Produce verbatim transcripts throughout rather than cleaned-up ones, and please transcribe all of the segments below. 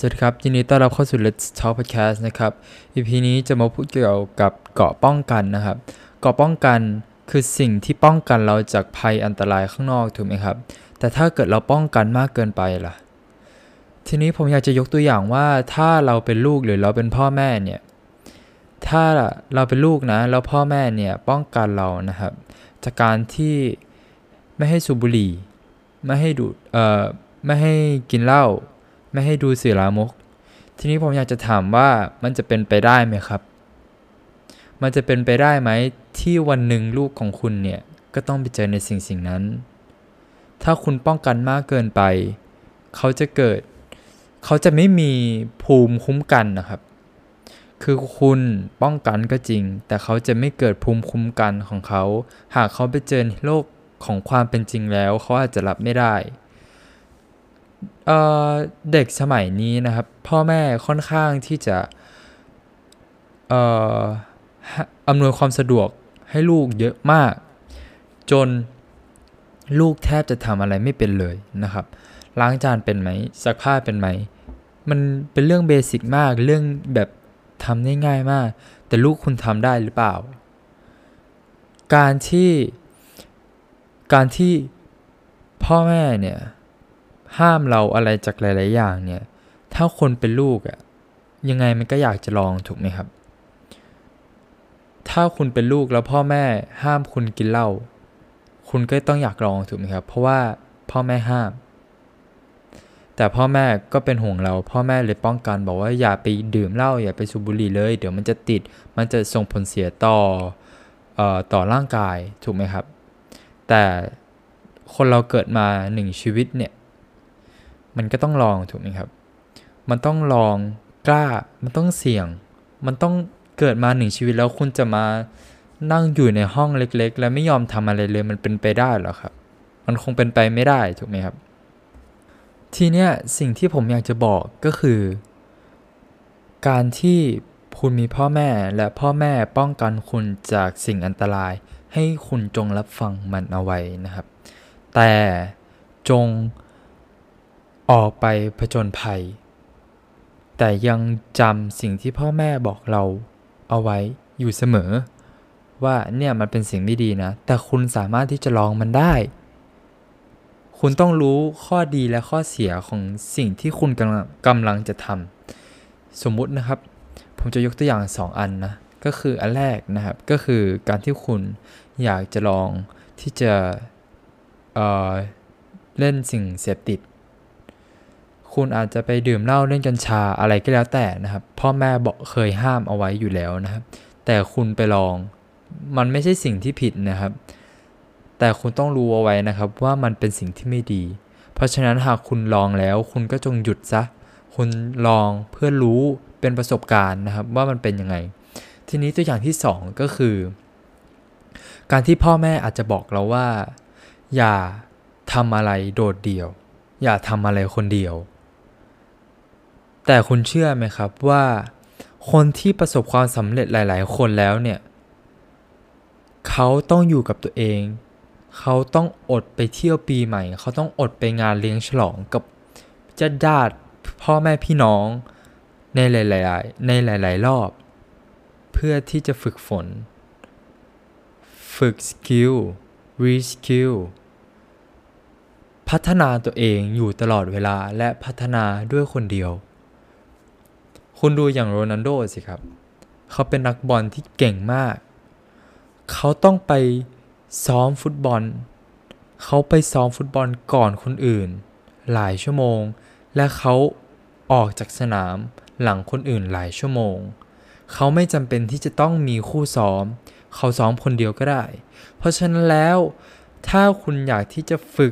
วัสดีครับยินดีต้อนรับเข้าสู่ Let's Talk Podcast นะครับ อี พี นี้จะมาพูดเกี่ยวกับเกราะป้องกันนะครับเกราะป้องกันคือสิ่งที่ป้องกันเราจากภัยอันตรายข้างนอกถูกไหมครับแต่ถ้าเกิดเราป้องกันมากเกินไปล่ะทีนี้ผมอยากจะยกตัวอย่างว่าถ้าเราเป็นลูกหรือเราเป็นพ่อแม่เนี่ยถ้าเราเป็นลูกนะแล้วพ่อแม่เนี่ยป้องกันเรานะครับจากการที่ไม่ให้สูบบุหรี่ไม่ให้ดูดเอ่อไม่ให้กินเหล้าไม่ให้ดูสื่อลามกทีนี้ผมอยากจะถามว่ามันจะเป็นไปได้ไหมครับมันจะเป็นไปได้ไหมที่วันหนึ่งลูกของคุณเนี่ยก็ต้องไปเจอในสิ่งสิ่งนั้นถ้าคุณป้องกันมากเกินไปเขาจะเกิดเขาจะไม่มีภูมิคุ้มกันนะครับคือคุณป้องกันก็จริงแต่เขาจะไม่เกิดภูมิคุ้มกันของเขาหากเขาไปเจอโลกของความเป็นจริงแล้วเขาอาจจะรับไม่ได้เอ่อเด็กสมัยนี้นะครับพ่อแม่ค่อนข้างที่จะเอ่ออำนวยความสะดวกให้ลูกเยอะมากจนลูกแทบจะทำอะไรไม่เป็นเลยนะครับล้างจานเป็นไหมซักผ้าเป็นไหมมันเป็นเรื่องเบสิกมากเรื่องแบบทำได้ง่ายมากแต่ลูกคุณทำได้หรือเปล่าการที่การที่พ่อแม่เนี่ยห้ามเราอะไรจากหลายๆอย่างเนี่ยถ้าคนเป็นลูกอะยังไงมันก็อยากจะลองถูกไหมครับถ้าคุณเป็นลูกแล้วพ่อแม่ห้ามคุณกินเหล้าคุณก็ต้องอยากลองถูกไหมครับเพราะว่าพ่อแม่ห้ามแต่พ่อแม่ก็เป็นห่วงเราพ่อแม่เลยป้องกันบอกว่าอย่าไปดื่มเหล้าอย่าไปสูบบุหรี่เลยเดี๋ยวมันจะติดมันจะส่งผลเสียต่อเอ่อต่อร่างกายถูกไหมครับแต่คนเราเกิดมาหนึ่งชีวิตเนี่ยมันก็ต้องลองถูกไหมครับมันต้องลองกล้ามันต้องเสี่ยงมันต้องเกิดมาหนึ่งชีวิตแล้วคุณจะมานั่งอยู่ในห้องเล็กๆแล้วไม่ยอมทำอะไรเลยมันเป็นไปได้หรอครับมันคงเป็นไปไม่ได้ถูกไหมครับทีเนี้ยสิ่งที่ผมอยากจะบอกก็คือการที่คุณมีพ่อแม่และพ่อแม่ป้องกันคุณจากสิ่งอันตรายให้คุณจงรับฟังมันเอาไว้นะครับแต่จงออกไปผจญภัยแต่ยังจำสิ่งที่พ่อแม่บอกเราเอาไว้อยู่เสมอว่าเนี่ยมันเป็นสิ่งไม่ดีนะแต่คุณสามารถที่จะลองมันได้คุณต้องรู้ข้อดีและข้อเสียของสิ่งที่คุณกำลังกำลังจะทำสมมุตินะครับผมจะยกตัวอย่างสองอันนะก็คืออันแรกนะครับก็คือการที่คุณอยากจะลองที่จะเอ่อเล่นสิ่งเสพติดคุณอาจจะไปดื่มเหล้าเล่นกัญชาอะไรก็แล้วแต่นะครับพ่อแม่บอกเคยห้ามเอาไว้อยู่แล้วนะครับแต่คุณไปลองมันไม่ใช่สิ่งที่ผิดนะครับแต่คุณต้องรู้เอาไว้นะครับว่ามันเป็นสิ่งที่ไม่ดีเพราะฉะนั้นหากคุณลองแล้วคุณก็จงหยุดซะคุณลองเพื่อรู้เป็นประสบการณ์นะครับว่ามันเป็นยังไงทีนี้ตัวอย่างที่สองก็คือการที่พ่อแม่อาจจะบอกเราว่าอย่าทำอะไรโดดเดี่ยวอย่าทำอะไรคนเดียวแต่คุณเชื่อไหมครับว่าคนที่ประสบความสำเร็จหลายๆคนแล้วเนี่ยเขาต้องอยู่กับตัวเองเขาต้องอดไปเที่ยวปีใหม่เขาต้องอดไปงานเลี้ยงฉลองกับญาติพ่อแม่พี่น้องในหลายๆในหลายๆรอบเพื่อที่จะฝึกฝนฝึกสกิลรีสกิลพัฒนาตัวเองอยู่ตลอดเวลาและพัฒนาด้วยคนเดียวคุณดูอย่างโรนัลโดสิครับเขาเป็นนักบอลที่เก่งมากเขาต้องไปซ้อมฟุตบอลเขาไปซ้อมฟุตบอลก่อนคนอื่นหลายชั่วโมงและเขาออกจากสนามหลังคนอื่นหลายชั่วโมงเขาไม่จำเป็นที่จะต้องมีคู่ซ้อมเขาซ้อมคนเดียวก็ได้เพราะฉะนั้นแล้วถ้าคุณอยากที่จะฝึก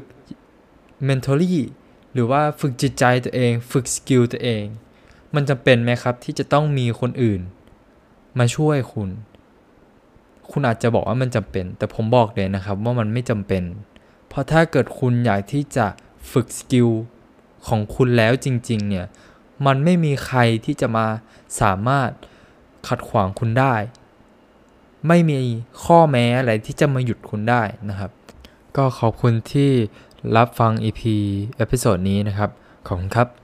mentally หรือว่าฝึกจิตใจตัวเองฝึกสกิลตัวเองมันจำเป็นไหมครับที่จะต้องมีคนอื่นมาช่วยคุณคุณอาจจะบอกว่ามันจำเป็นแต่ผมบอกเลยนะครับว่ามันไม่จำเป็นเพราะถ้าเกิดคุณอยากที่จะฝึกสกิลของคุณแล้วจริงๆเนี่ยมันไม่มีใครที่จะมาสามารถขัดขวางคุณได้ไม่มีข้อแม้อะไรที่จะมาหยุดคุณได้นะครับก็ขอบคุณที่รับฟัง อี พี เอพิโซดนี้นะครับขอบคุณครับ